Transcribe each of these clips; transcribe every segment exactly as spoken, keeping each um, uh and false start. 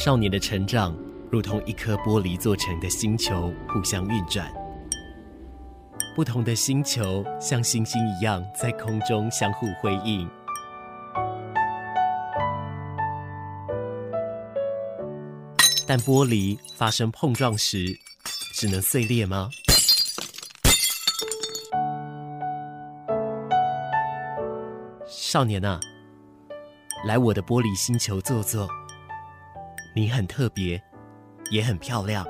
少年的成长如同一颗玻璃做成的星球互相运转，不同的星球像星星一样在空中相互辉映。但玻璃发生碰撞时，只能碎裂吗？少年啊，来我的玻璃星球坐坐。你很特别，也很漂亮。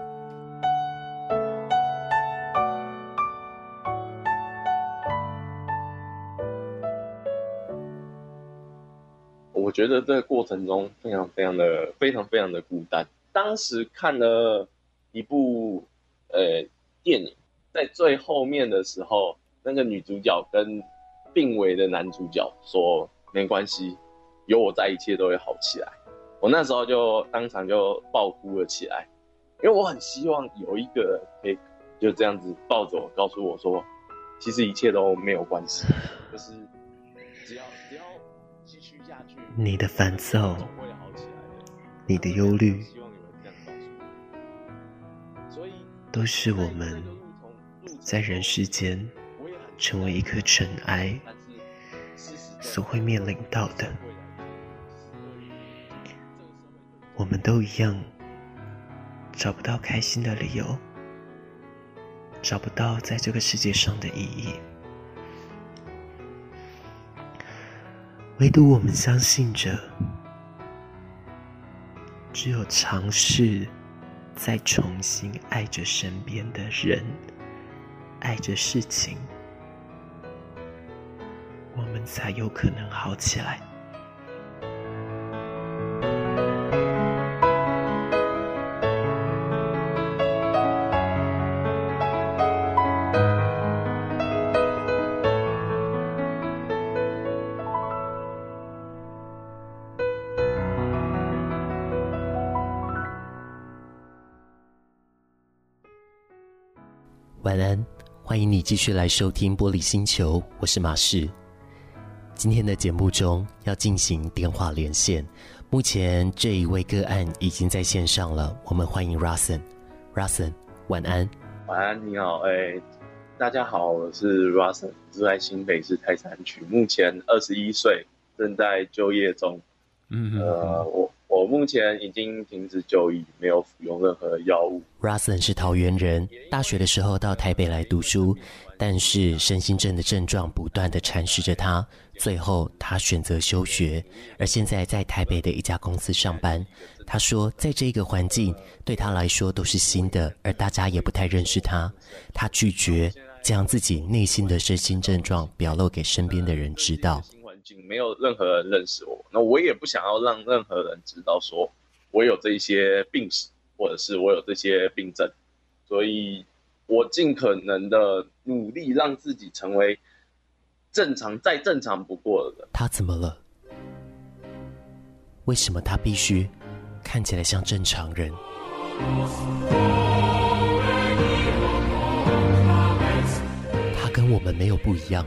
我觉得这个过程中非常非常的非常非常的孤单。当时看了一部呃电影，在最后面的时候，那个女主角跟病危的男主角说：“没关系，有我在，一切都会好起来。”我那时候就当场就爆哭了起来，因为我很希望有一个人可以就这样子抱着我，告诉我说，其实一切都没有关系，就是只要只要继续下去， 你的烦躁，你的忧虑，都是我们在人世间成为一颗尘埃所会面临到的。我们都一样，找不到开心的理由，找不到在这个世界上的意义。唯独我们相信着，只有尝试再重新爱着身边的人，爱着事情，我们才有可能好起来。晚安，欢迎你继续来收听玻璃星球，我是马氏。今天的节目中要进行电话连线，目前这一位个案已经在线上了，我们欢迎 Russell。Russell， 晚安。 晚安，你好，哎，大家好，我是 Russell， 住在新北市泰山区，目前二十一岁，正在就业中。嗯呃，我我目前已经停止就医，没有服用任何药物。 Russell 是桃园人，大学的时候到台北来读书，但是身心症的症状不断地缠噬着他，最后他选择休学，而现在在台北的一家公司上班。他说在这个环境对他来说都是新的，而大家也不太认识他，他拒绝将自己内心的身心症状表露给身边的人知道。 没有任何人认识我，那我也不想要让任何人知道说我有这些病史，或者是我有这些病症，所以我尽可能的努力让自己成为正常再正常不过的人。 他怎么了？为什么他必须看起来像正常人？他跟我们没有不一样，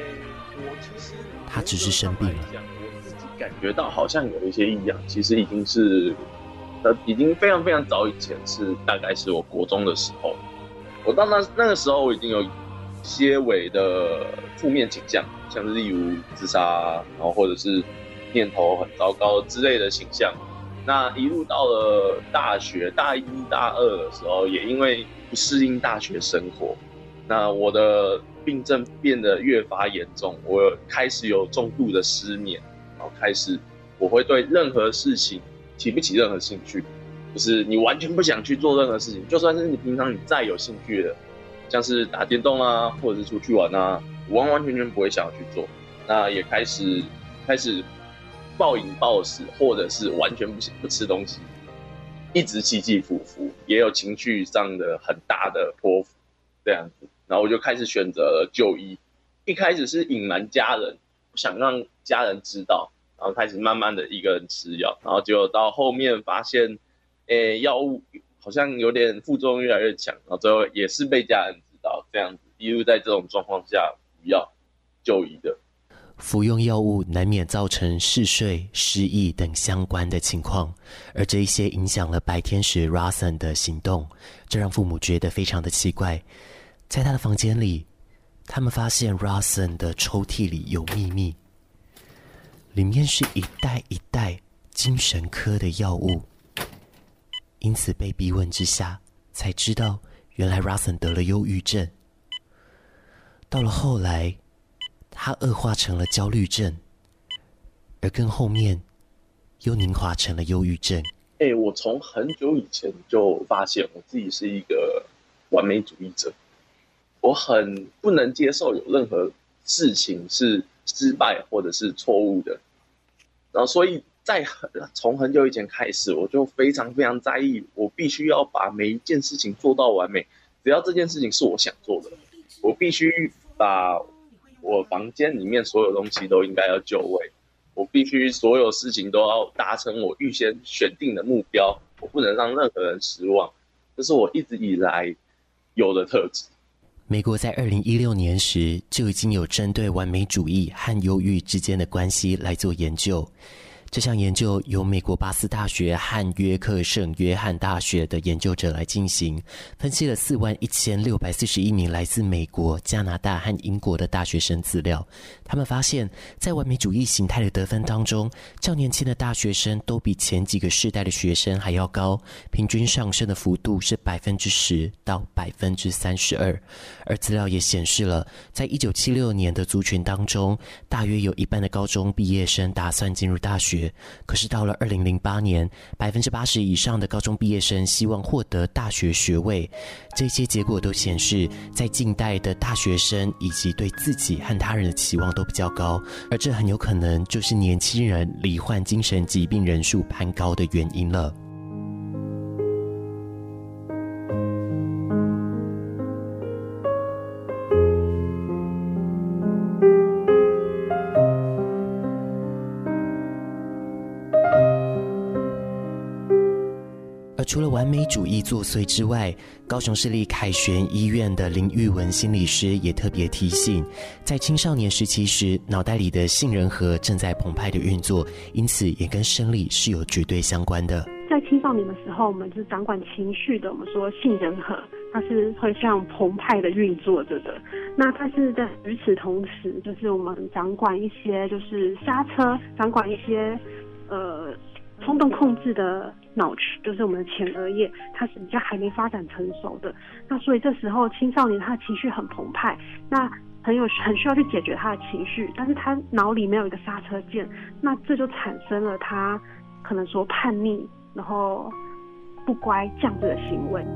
他只是生病了。 我自己感觉到好像有一些异样，其实已经是，呃，已经非常非常早以前，是大概是我国中的时候，我到那那个时候我已经有些微的负面倾向，像是例如自杀，然后或者是念头很糟糕之类的倾向。那一路到了大学大一大二的时候，也因为不适应大学生活，那我的病症变得越发严重，我开始有重度的失眠，然后开始我会对任何事情提不起任何兴趣，就是你完全不想去做任何事情，就算是你平常你再有兴趣的，像是打电动啊，或者是出去玩啊，完完全全不会想要去做。那也开始开始暴饮暴食，或者是完全不不吃东西，一直起起伏伏，也有情绪上的很大的波幅，这样子。然后我就开始选择了就医，一开始是隐瞒家人，不想让家人知道，然后开始慢慢的一个人吃药，然后结果到后面发现，诶，药物好像有点副作用越来越强，然后最后也是被家人知道，这样子一路在这种状况下不要就医的。 服用药物难免造成嗜睡、失忆等相关的情况，而这一些影响了白天时 Rawson 的行动，这让父母觉得非常的奇怪。在他的房间里，他们发现 Rawson 的抽屉里有秘密，里面是一袋一袋精神科的药物。因此被逼问之下，才知道原来 Rawson 得了忧郁症。到了后来，他恶化成了焦虑症，而更后面又凝化成了忧郁症。 欸，我从很久以前就发现我自己是一个完美主义者，我很不能接受有任何事情是失败或者是错误的，然后所以在从很久以前开始，我就非常非常在意，我必须要把每一件事情做到完美，只要这件事情是我想做的，我必须把我房间里面所有东西都应该要就位，我必须所有事情都要达成我预先选定的目标，我不能让任何人失望，这是我一直以来有的特质。 美国在二零一六年时就已经有针对完美主义和忧郁之间的关系来做研究。这项研究由美国巴斯大学和约克圣约翰大学的研究者来进行，分析了四万一千六百四十一名来自美国、加拿大和英国的大学生资料。他们发现，在完美主义形态的得分当中，较年轻的大学生都比前几个世代的学生还要高，平均上升的幅度是百分之十到百分之三十二。而资料也显示了，在一九七六年的族群当中，大约有一半的高中毕业生打算进入大学。可是到了二零零八年，百分之八十以上的高中毕业生希望获得大学学位。这些结果都显示，在近代的大学生以及对自己和他人的期望都比较高，而这很有可能就是年轻人罹患精神疾病人数攀高的原因了。而除了完美主义作祟之外，高雄市立凯旋医院的林玉文心理师也特别提醒，在青少年时期时，脑袋里的杏仁核正在澎湃的运作，因此也跟生理是有绝对相关的。 在青少年的时候，我们是掌管情绪的，我们说杏仁核它是会像澎湃的运作着的。那它是在与此同时，就是我们掌管一些就是刹车，掌管一些呃冲动控制的脑区，就是我们的前额叶，它是比较还没发展成熟的。那所以这时候青少年他的情绪很澎湃，那很有很需要去解决他的情绪，但是他脑里没有一个刹车键，那这就产生了他可能说叛逆，然后不乖这样子的行为。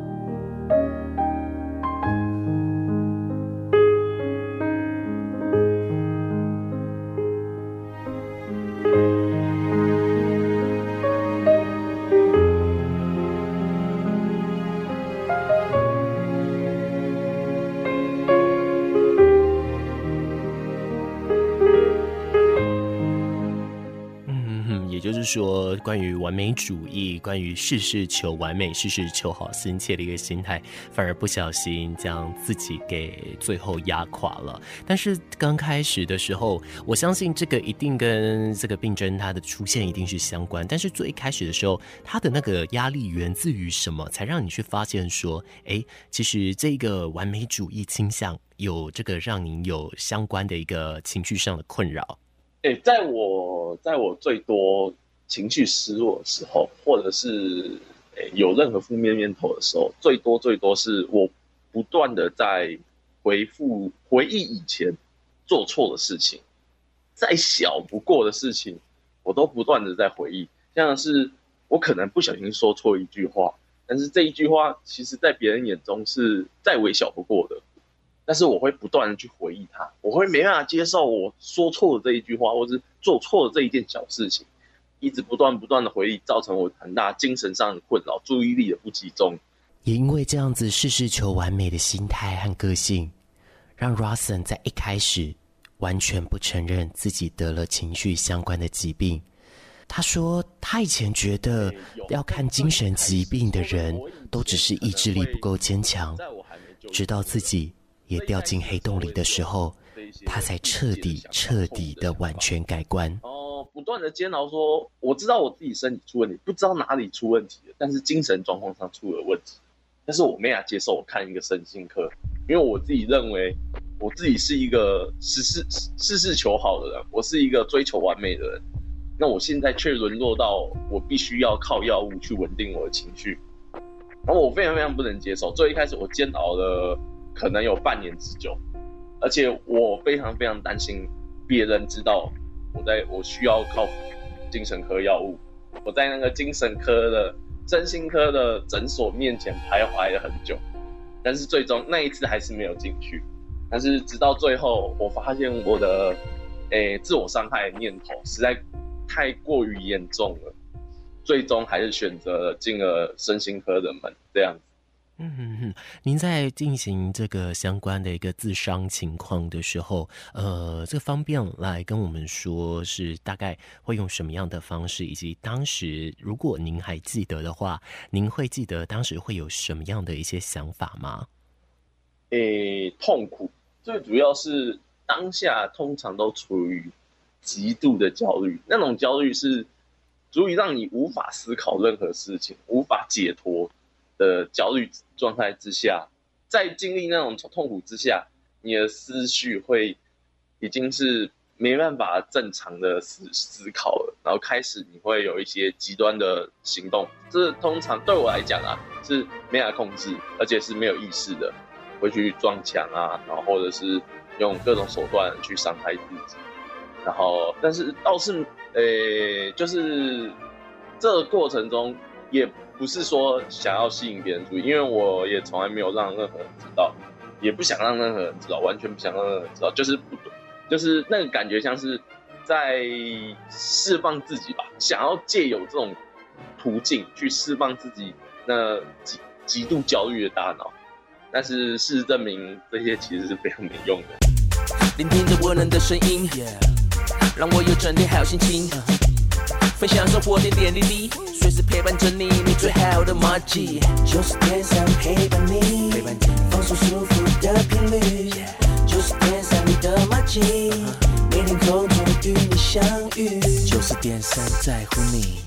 就是说，关于完美主义，关于事事求完美、事事求好心切的一个心态，反而不小心将自己给最后压垮了。但是刚开始的时候，我相信这个一定跟这个病症它的出现一定是相关。但是最开始的时候，它的那个压力源自于什么，才让你去发现说，哎，其实这个完美主义倾向有这个让你有相关的一个情绪上的困扰。 欸、在我在我最多情绪失落的时候，或者是、欸、有任何负面念头的时候，最多最多是我不断的在回复回忆以前做错的事情，再小不过的事情，我都不断的在回忆。像是我可能不小心说错一句话，但是这一句话其实在别人眼中是再微小不过的。但是我会不断的去回忆它，我会没办法接受我说错的这一句话，或是做错的这一件小事情，一直不断不断的回忆，造成我很大精神上的困扰，注意力的不集中。 也因为这样子事事求完美的心态和个性，让 Rawson 在一开始完全不承认自己得了情绪相关的疾病。他说他以前觉得要看精神疾病的人都只是意志力不够坚强，直到自己也掉进黑洞里的时候， 他才彻底彻底的完全改观。 然后不断的煎熬说，我知道我自己身体出问题，不知道哪里出问题了，但是精神状况上出了问题，但是我没法接受我看一个身心科，因为我自己认为我自己是一个事事事事求好的人，我是一个追求完美的人，那我现在却沦落到我必须要靠药物去稳定我的情绪，然后我非常非常不能接受。最一开始我煎熬了可能有半年之久，而且我非常非常担心别人知道我在我需要靠精神科药物，我在那个精神科的身心科的诊所面前徘徊了很久，但是最终那一次还是没有进去。但是直到最后，我发现我的诶自我伤害的念头实在太过于严重了，最终还是选择了进了身心科的门，这样子。 嗯哼哼，您在进行这个相关的一个自伤情况的时候，呃，这个方便来跟我们说是大概会用什么样的方式，以及当时如果您还记得的话，您会记得当时会有什么样的一些想法吗？ 诶，痛苦，最主要是当下通常都处于极度的焦虑，那种焦虑是足以让你无法思考任何事情，无法解脱的焦虑状态之下，在经历那种痛苦之下，你的思绪会已经是没办法正常的思思考了，然后开始你会有一些极端的行动，这通常对我来讲啊是没法控制，而且是没有意识的，会去撞墙啊，然后或者是用各种手段去伤害自己，然后但是倒是呃，就是这个过程中也不是说想要吸引别人注意，因为我也从来没有让任何人知道，也不想让任何人知道，完全不想让任何人知道，就是不就是那个感觉像是在释放自己吧，想要借由这种途径去释放自己那极极度焦虑的大脑，但是事实证明这些其实是非常没用的。 聆听着温暖的声音， yeah, 让我有整天好心情， uh, 分享生活点点滴滴，随时陪伴着你，你最好的默契。九十点三陪伴你，陪伴你放松舒服的频率。九十点三你的默契， uh-huh, 每天空中与你相遇。九十点三在乎你。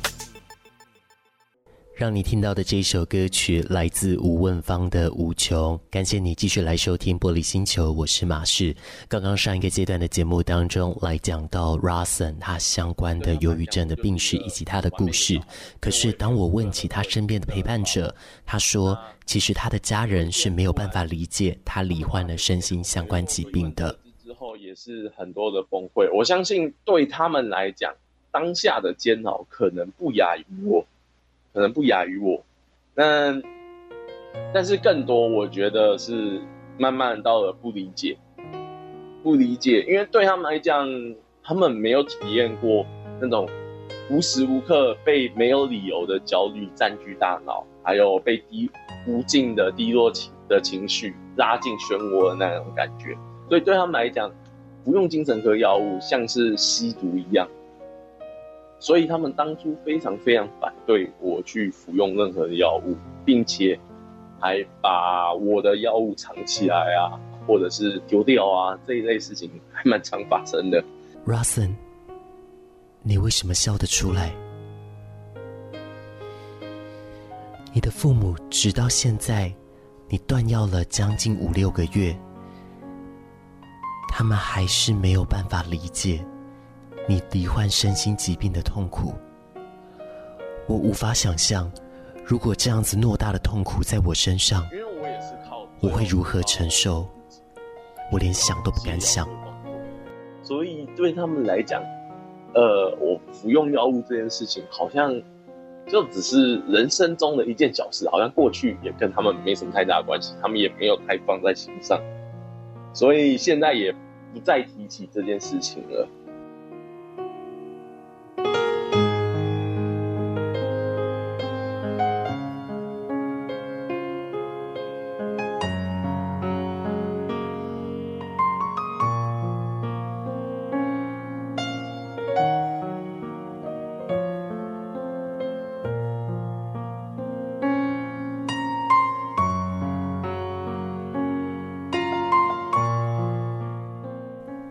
让你听到的这首歌曲来自吴汶芳的《无穷》，感谢你继续来收听玻璃星球，我是马氏。刚刚上一个阶段的节目当中来讲到 Rawson 他相关的忧郁症的病史以及他的故事，可是当我问起他身边的陪伴者，他说其实他的家人是没有办法理解他罹患了身心相关疾病的。 之后也是很多的崩溃，我相信对他们来讲，当下的煎熬可能不亚于我。可能不亚于我，那但是更多我觉得是慢慢到了不理解，不理解，因为对他们来讲，他们没有体验过那种无时无刻被没有理由的焦虑占据大脑，还有被低无尽的低落的情绪拉进漩涡的那种感觉，所以对他们来讲，服用精神科药物像是吸毒一样。所以他们当初非常非常反对我去服用任何的药物，并且还把我的药物藏起来啊，或者是丢掉啊，这一类事情还蛮常发生的。 Rawson， 你为什么笑得出来？你的父母直到现在，你断药了将近五六个月，他们还是没有办法理解你罹患身心疾病的痛苦。我无法想象，如果这样子偌大的痛苦在我身上， 因为我也是靠我会如何承受？我连想都不敢想。 所以对他们来讲，呃，我服用药物这件事情，好像就只是人生中的一件小事，好像过去也跟他们没什么太大的关系，他们也没有太放在心上，所以现在也不再提起这件事情了。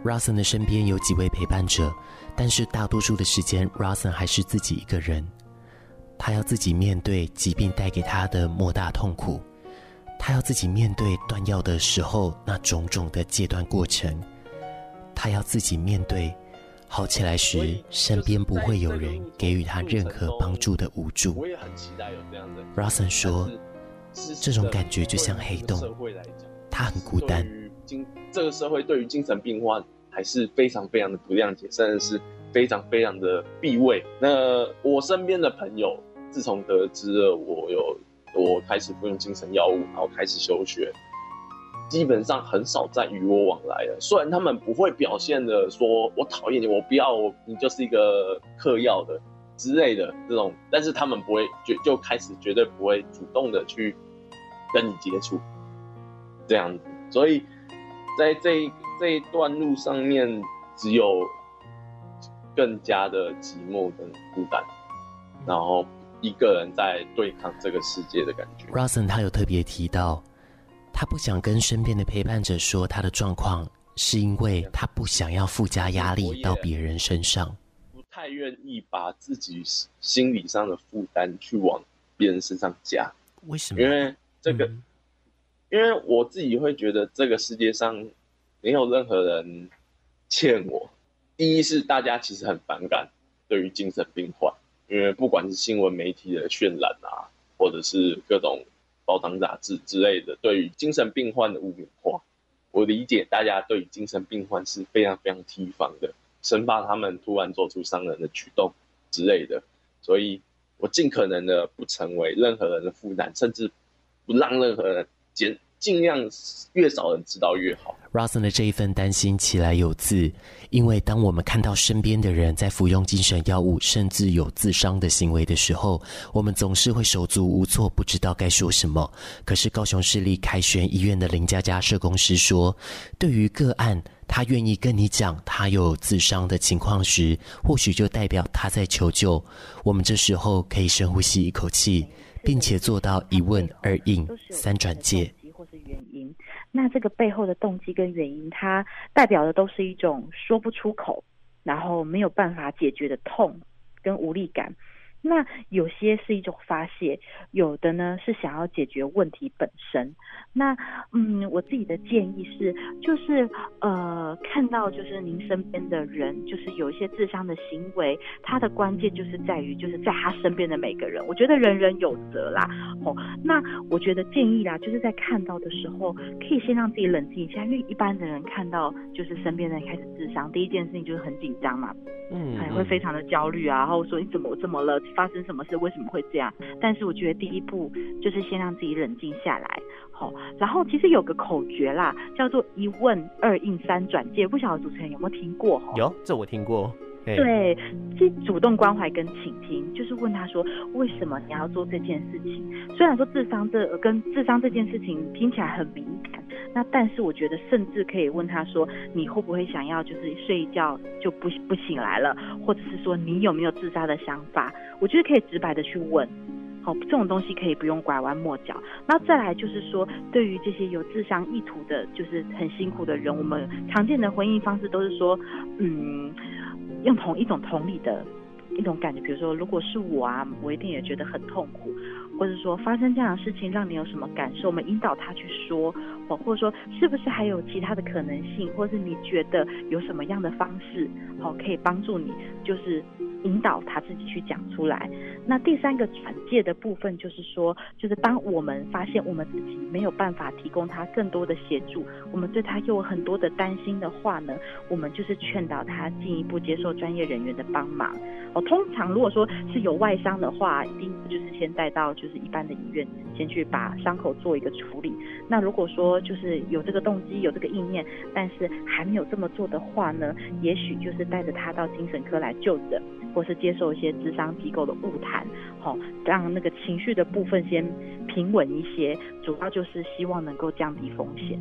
Rawson 的身边有几位陪伴者，但是大多数的时间 Rawson 还是自己一个人。他要自己面对疾病带给他的莫大痛苦，他要自己面对断药的时候那种种的戒断过程，他要自己面对好起来时身边不会有人给予他任何帮助的无助。 我也很期待有这样的。 Rawson 说，这种感觉就像黑洞，他很孤单。 这个社会对于精神病患还是非常非常的不谅解，甚至是非常非常的避讳。那我身边的朋友，自从得知了我有我开始服用精神药物，然后开始休学，基本上很少再与我往来了。虽然他们不会表现的说我讨厌你，我不要你就是一个嗑药的之类的这种，但是他们不会就就开始绝对不会主动的去跟你接触，这样子。所以在这一这一段路上面，只有更加的寂寞跟孤单，然后一个人在对抗这个世界的感觉。 Rawson 他有特别提到，他不想跟身边的陪伴者说他的状况，是因为他不想要附加压力到别人身上， 不太愿意把自己心理上的负担去往别人身上加。 为什么？ 因为这个、嗯、因为我自己会觉得这个世界上没有任何人欠我。第一是大家其实很反感对于精神病患，因为不管是新闻媒体的渲染啊，或者是各种报章杂志之类的对于精神病患的污名化，我理解大家对于精神病患是非常非常提防的，生怕他们突然做出伤人的举动之类的，所以我尽可能的不成为任何人的负担，甚至不让任何人减尽量越少人知道越好。 Rawson 的这一份担心其来有自，因为当我们看到身边的人在服用精神药物甚至有自伤的行为的时候，我们总是会手足无措，不知道该说什么。可是高雄市立凯旋医院的林佳佳社工师说，对于个案他愿意跟你讲他有自伤的情况时，或许就代表他在求救。我们这时候可以深呼吸一口气，并且做到一问二应三转介。 那这个背后的动机跟原因，它代表的都是一种说不出口，然后没有办法解决的痛跟无力感。那有些是一种发泄，有的呢是想要解决问题本身。那嗯，我自己的建议是，就是呃，看到就是您身边的人，就是有一些自伤的行为，它的关键就是在于，就是在他身边的每个人。我觉得人人有责啦。哦，那我觉得建议啦，就是在看到的时候，可以先让自己冷静一下，因为一般的人看到就是身边的人开始自伤，第一件事情就是很紧张嘛，嗯，还会非常的焦虑啊，然后说你怎么怎么了？发生什么事？为什么会这样？但是我觉得第一步就是先让自己冷静下来，好、哦，然后其实有个口诀啦，叫做一问二应三转介，不晓得主持人有没有听过？ 有，这我听过。 对，这主动关怀跟倾听，就是问他说为什么你要做这件事情。虽然说自伤这跟自伤这件事情听起来很敏感，那但是我觉得甚至可以问他说，你会不会想要就是睡一觉就不不醒来了，或者是说你有没有自杀的想法？我觉得可以直白的去问。好，这种东西可以不用拐弯抹角。那再来就是说，对于这些有自伤意图的，就是很辛苦的人，我们常见的回应方式都是说，嗯，用同一种同理的一种感觉，比如说，如果是我啊，我一定也觉得很痛苦，或者说发生这样的事情让你有什么感受，我们引导他去说，或者说是不是还有其他的可能性，或是你觉得有什么样的方式，好，可以帮助你，就是引导他自己去讲出来。那第三个转介的部分就是说，就是当我们发现我们自己没有办法提供他更多的协助，我们对他又有很多的担心的话呢，我们就是劝导他进一步接受专业人员的帮忙。哦，通常如果说是有外伤的话，一定就是先带到就是一般的医院，先去把伤口做一个处理。那如果说就是有这个动机有这个意念，但是还没有这么做的话呢，也许就是带着他到精神科来就诊，或是接受一些諮商机构的晤谈，好、哦，让那个情绪的部分先平稳一些，主要就是希望能够降低风险。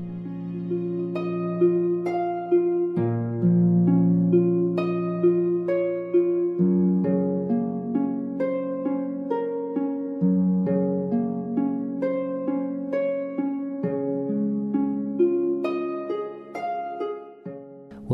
我请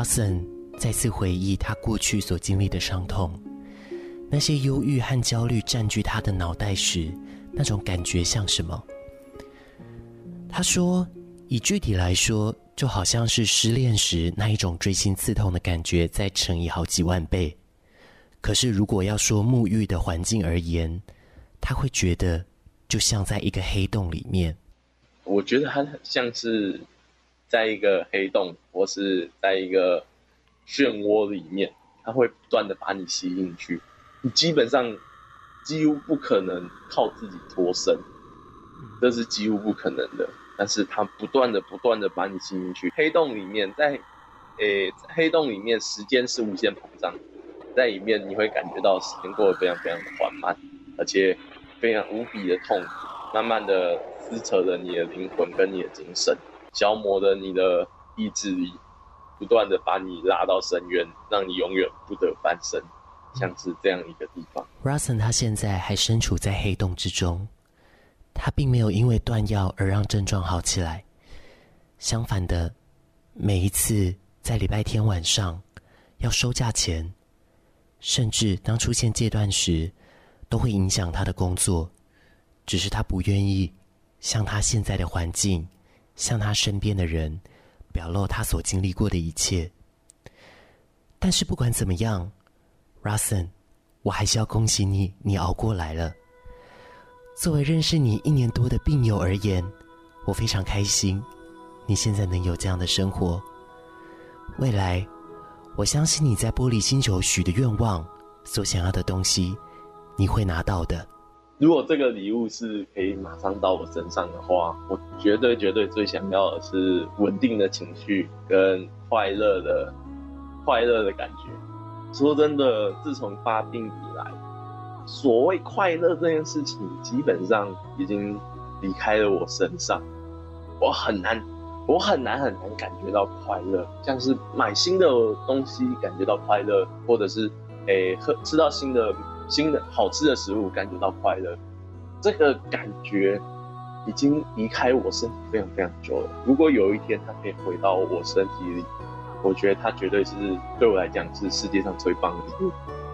Rawson 再次回忆他过去所经历的伤痛，那些忧郁和焦虑占据他的脑袋时，那种感觉像什么？他说，以具体来说，就好像是失恋时那一种锥心刺痛的感觉再乘以好几万倍。可是如果要说沐浴的环境而言，他会觉得就像在一个黑洞里面。 我觉得它很像是在一个黑洞或是在一个漩涡里面，它会不断的把你吸进去，你基本上几乎不可能靠自己脱身，这是几乎不可能的。但是它不断的不断的把你吸进去，黑洞里面，在诶、欸、黑洞里面时间是无限膨胀，在里面你会感觉到时间过得非常非常的缓慢，而且非常无比的痛，慢慢的撕扯着你的灵魂跟你的精神，消磨着你的意志力，不断的把你拉到深渊，让你永远不得翻身，像是这样一个地方。 Rawson 他现在还身处在黑洞之中，他并没有因为断药而让症状好起来，相反的，每一次在礼拜天晚上要收假前，甚至当出现戒断时，都会影响他的工作，只是他不愿意向他现在的环境，向他身边的人表露他所经历过的一切。但是不管怎么样， Rawson， 我还是要恭喜你，你熬过来了。作为认识你一年多的病友而言，我非常开心你现在能有这样的生活。未来我相信你在玻璃星球许的愿望，所想要的东西你会拿到的。 如果这个礼物是可以马上到我身上的话，我绝对绝对最想要的是稳定的情绪跟快乐的快乐的感觉。说真的，自从发病以来，所谓快乐这件事情基本上已经离开了我身上，我很难我很难很难感觉到快乐，像是买新的东西感觉到快乐，或者是诶喝吃到新的新的好吃的食物感觉到快乐，这个感觉已经离开我身体非常非常久了。如果有一天它可以回到我身体里，我觉得它绝对是对我来讲是世界上最棒的礼物。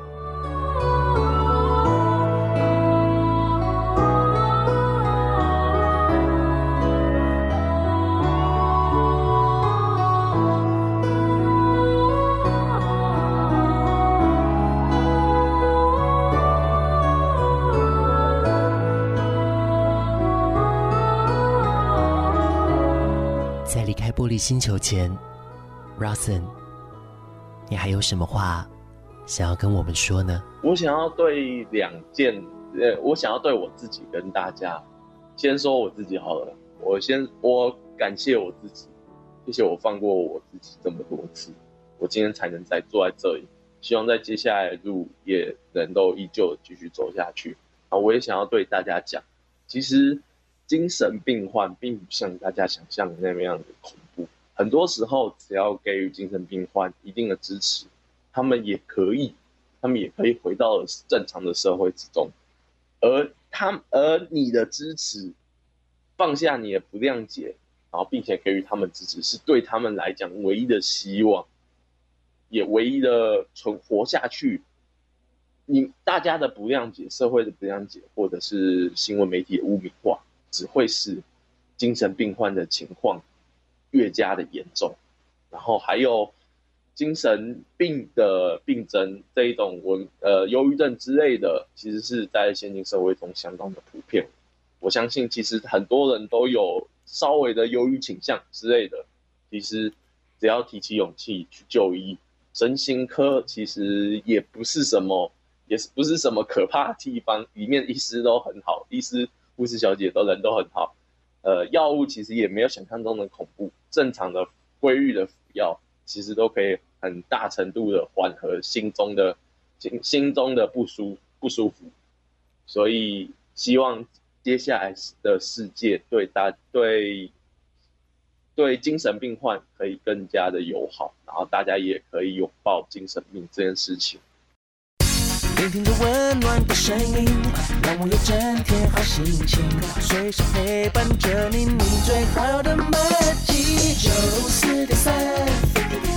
在离开玻璃星球前， Rawson， 你还有什么话想要跟我们说呢？ 我想要对两件，呃，我想要对我自己跟大家，先说我自己好了。我先，我感谢我自己，谢谢我放过我自己这么多次，我今天才能再坐在这里。希望在接下来的路也能够依旧继续走下去。啊，我也想要对大家讲，其实精神病患并不像大家想象的那么样的恐怖。很多时候，只要给予精神病患一定的支持，他们也可以，他们也可以回到正常的社会之中。而他，而你的支持，放下你的不谅解，然后并且给予他们支持，是对他们来讲唯一的希望，也唯一的存活下去。你大家的不谅解，社会的不谅解，或者是新闻媒体的污名化，只会使精神病患的情况越加的严重。然后还有精神病的病症这一种文呃忧郁症之类的，其实是在现今社会中相当的普遍。我相信其实很多人都有稍微的忧郁倾向之类的，其实只要提起勇气去就医，身心科其实也不是什么也不是什么可怕的地方，里面医师都很好，医师护士小姐都人都很好。呃，药物其实也没有想象中的恐怖，正常的规律的服药，其实都可以很大程度的缓和心中的心心中的不舒不舒服。所以希望接下来的世界对大对对精神病患可以更加的友好，然后大家也可以拥抱精神病这件事情。 聆听着温暖的声音，让我有整天好心情，随时陪伴着你，你最好的默契。九四点三，你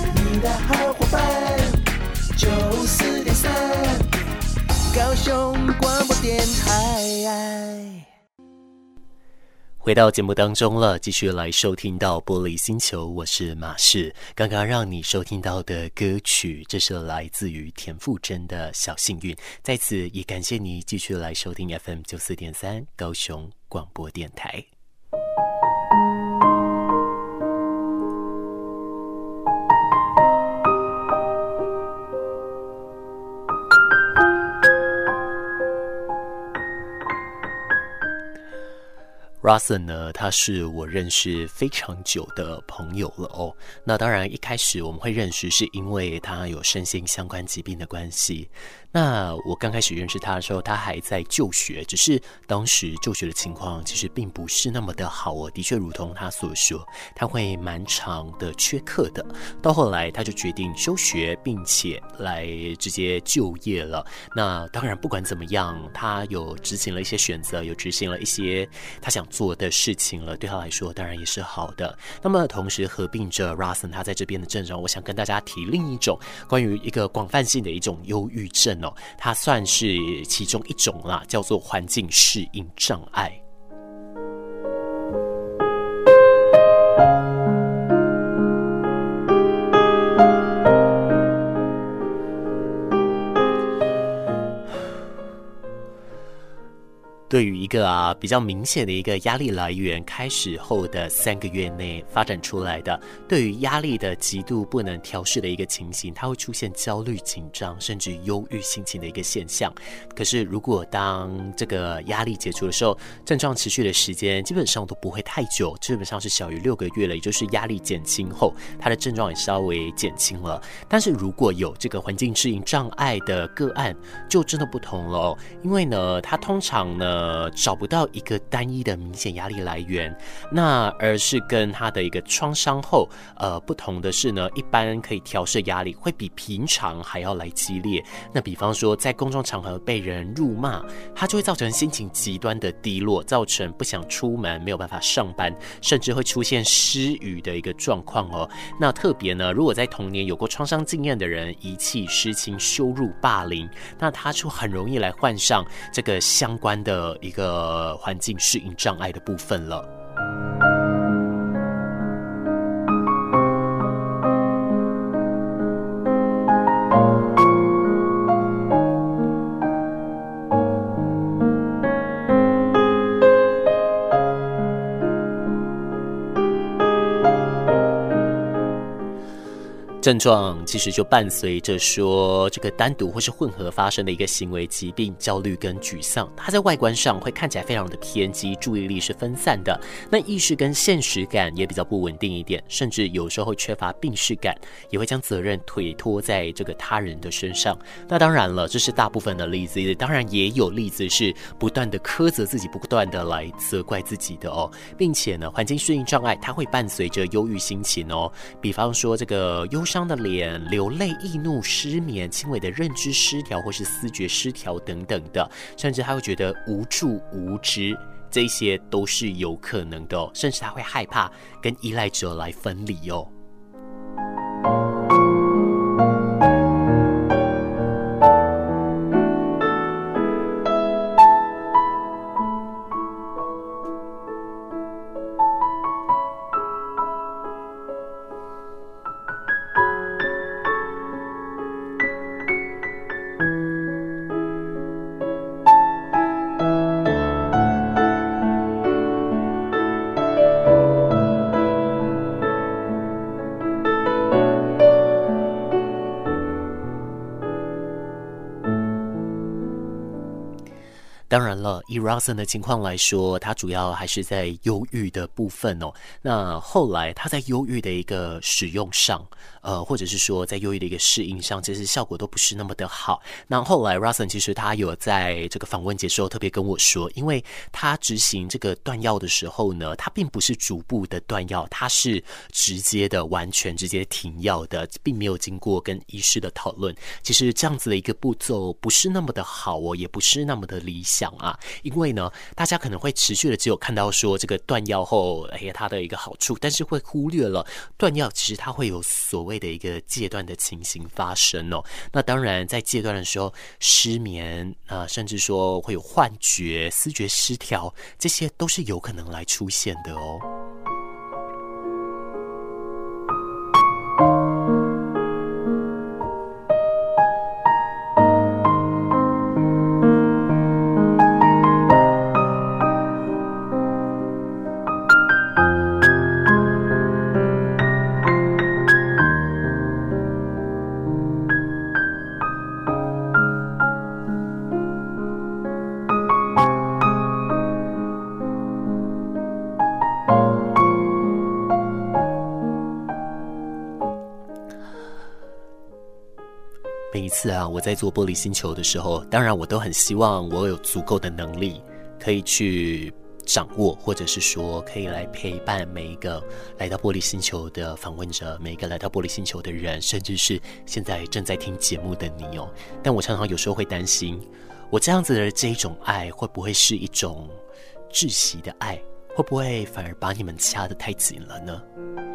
的好伙伴，九四点三，高雄广播电台。 回到节目当中了，继续来收听到玻璃星球，我是马氏。刚刚让你收听到的歌曲，这是来自于田馥甄的小幸运。在此也感谢你继续来收听 F M 九四点三高雄广播电台。Rawson 呢，他是我认识非常久的朋友了哦。那当然一开始我们会认识是因为他有身心相关疾病的关系。那我刚开始认识他的时候，他还在就学，只是当时就学的情况其实并不是那么的好哦。的确如同他所说，他会蛮长的缺课的。到后来他就决定休学，并且来直接就业了。那当然不管怎么样，他有执行了一些选择，有执行了一些他想做的事情了，对他来说当然也是好的。那么同时合并着 Rawson 他在这边的症状，我想跟大家提另一种关于一个广泛性的一种忧郁症哦，它算是其中一种啦，叫做环境适应障碍。对于一个啊比较明显的一个压力来源开始后的三个月内发展出来的，对于压力的极度不能调适的一个情形，它会出现焦虑、紧张甚至忧郁心情的一个现象。可是如果当这个压力解除的时候，症状持续的时间基本上都不会太久，基本上是小于六个月了，也就是压力减轻后，它的症状也稍微减轻了。但是如果有这个环境适应障碍的个案，就真的不同了哦，因为呢，它通常呢呃，找不到一个单一的明显压力来源，那而是跟他的一个创伤后，呃，不同的是呢，一般可以调适压力会比平常还要来激烈。那比方说，在公众场合被人辱骂，它就会造成心情极端的低落，造成不想出门，没有办法上班，甚至会出现失语的一个状况哦。那特别呢，如果在童年有过创伤经验的人，遗弃、失亲、羞辱、霸凌，那他就很容易来患上这个相关的一个环境适应障碍的部分了。症状其实就伴随着说这个单独或是混合发生的一个行为疾病、焦虑跟沮丧，它在外观上会看起来非常的偏激，注意力是分散的，那意识跟现实感也比较不稳定一点，甚至有时候会缺乏病识感，也会将责任推脱在这个他人的身上。那当然了，这是大部分的例子，当然也有例子是不断的苛责自己，不断的来责怪自己的哦，并且呢，环境适应障碍它会伴随着忧郁心情哦，比方说这个忧伤的脸、流泪、易怒、失眠、轻微的认知失调或是思觉失调等等的，甚至他会觉得无助、无知，这些都是有可能的哦，甚至他会害怕跟依赖者来分离哦。当然了，以 Rawson 的情况来说，他主要还是在忧郁的部分哦。那后来他在忧郁的一个使用上，呃，或者是说在忧郁的一个适应上，其实效果都不是那么的好。那后来 Rawson 其实他有在这个访问结束后特别跟我说，因为他执行这个断药的时候呢，他并不是逐步的断药，他是直接的完全直接停药的，并没有经过跟医师的讨论。其实这样子的一个步骤不是那么的好哦，也不是那么的理想。 享啊，因为呢，大家可能会持续的只有看到说这个断药后，哎，它的一个好处，但是会忽略了断药其实它会有所谓的一个戒断的情形发生哦。那当然，在戒断的时候，失眠啊、呃，甚至说会有幻觉、思觉失调，这些都是有可能来出现的哦。每一次啊，我在做玻璃星球的时候，当然我都很希望我有足够的能力可以去掌握，或者是说可以来陪伴每一个来到玻璃星球的访问者，每一个来到玻璃星球的人，甚至是现在正在听节目的你哦。但我常常有时候会担心，我这样子的这一种爱会不会是一种窒息的爱，会不会反而把你们掐得太紧了呢？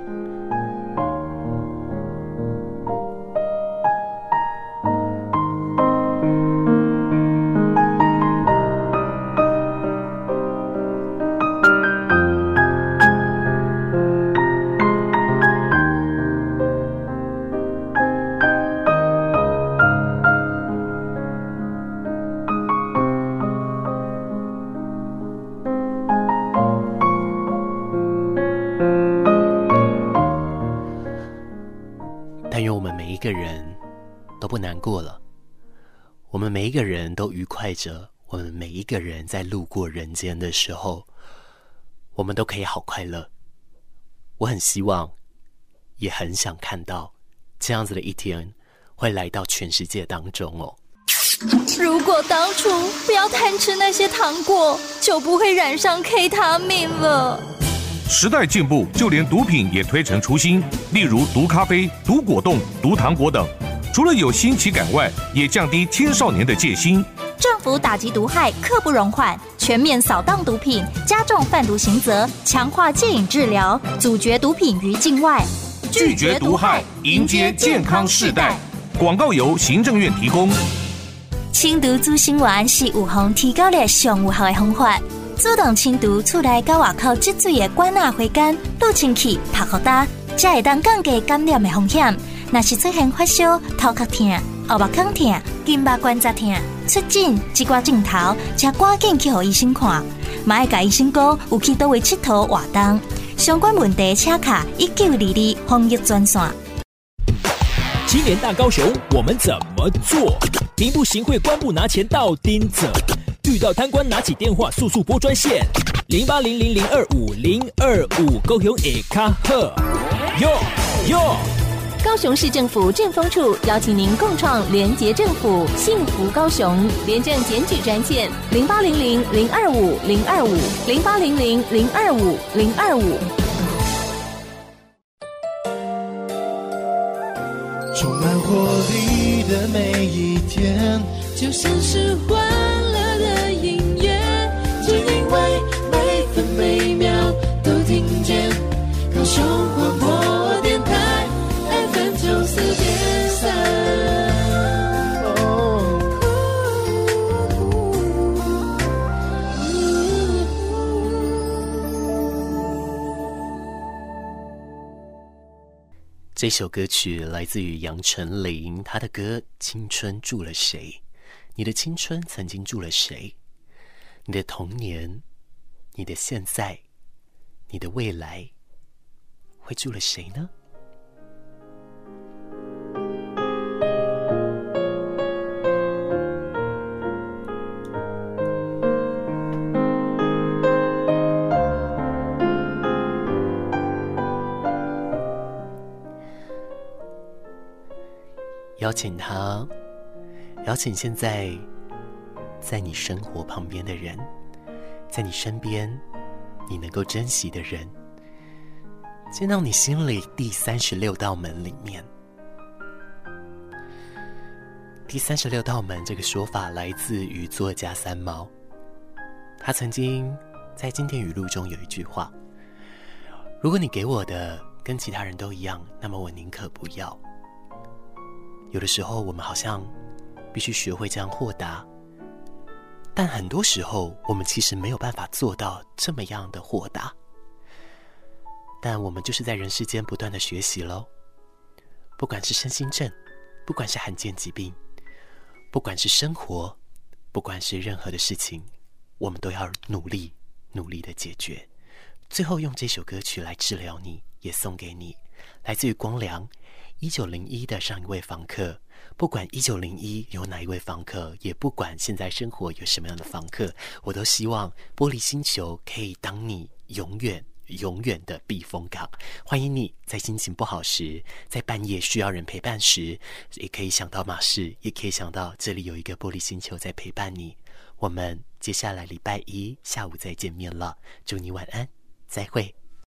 但愿我们每一个人都不难过了，我们每一个人都愉快着，我们每一个人在路过人间的时候，我们都可以好快乐。我很希望，也很想看到这样子的一天会来到全世界当中哦。 如果当初不要贪吃那些糖果，就不会染上 K 他命了。 时代进步，就连毒品也推陈出新，例如毒咖啡、毒果冻、毒糖果等。除了有新奇感外，也降低青少年的戒心。 政府打击毒害，刻不容缓，全面扫荡毒品，加重贩毒刑责，强化戒瘾治疗，阻绝毒品于境外， 拒绝毒害，迎接健康世代。广告由行政院提供。 清毒煮生丸是有效提高率上有效的方法。主动清毒，厝内甲外口积水的管啊、回干、倒清气、拍互干，才会当降低感染的风险。若是出现发烧、头壳痛、后目孔痛、筋肉关节痛、出疹、一挂镜头，请赶紧去互医生看。嘛要甲医生讲有去倒位佚佗活动，相关问题请卡一九二二防疫专线。 今年大高雄我们怎么做？民部行贿官部拿钱到丁子。遇到贪官，拿起电话速速拨专线零八零零零二五零二五，高雄会较好。哟哟！ 高雄市政府政风处邀请您共创廉洁政府，幸福高雄。廉政检举专线零八零零零二五零二五零八零零零二五零二五。 充满活力的每一天，就像是欢乐的音乐，只因为每分每秒都听见高雄广播电台 F M 九四点三。 这首歌曲来自于杨丞琳，她的歌《青春住了谁》。你的青春曾经住了谁？你的童年，你的现在，你的未来，会住了谁呢？邀请他，邀请现在在你生活旁边的人，在你身边你能够珍惜的人，进到你心里第三十六道门里面。第三十六道门这个说法来自于作家三毛， 他曾经在经典语录中有一句话：如果你给我的跟其他人都一样，那么我宁可不要。有的时候我们好像必须学会这样豁达，但很多时候我们其实没有办法做到这么样的豁达。但我们就是在人世间不断的学习咯，不管是身心症，不管是罕见疾病，不管是生活，不管是任何的事情，我们都要努力努力的解决。最后用这首歌曲来治疗你，也送给你，来自于光良一九零一的上一位房客。不管一九零一有哪一位房客，也不管现在生活有什么样的房客，我都希望玻璃星球可以当你永远永远的避风港。欢迎你在心情不好时，在半夜需要人陪伴时，也可以想到马氏，也可以想到这里有一个玻璃星球在陪伴你。我们接下来礼拜一下午再见面了，祝你晚安，再会。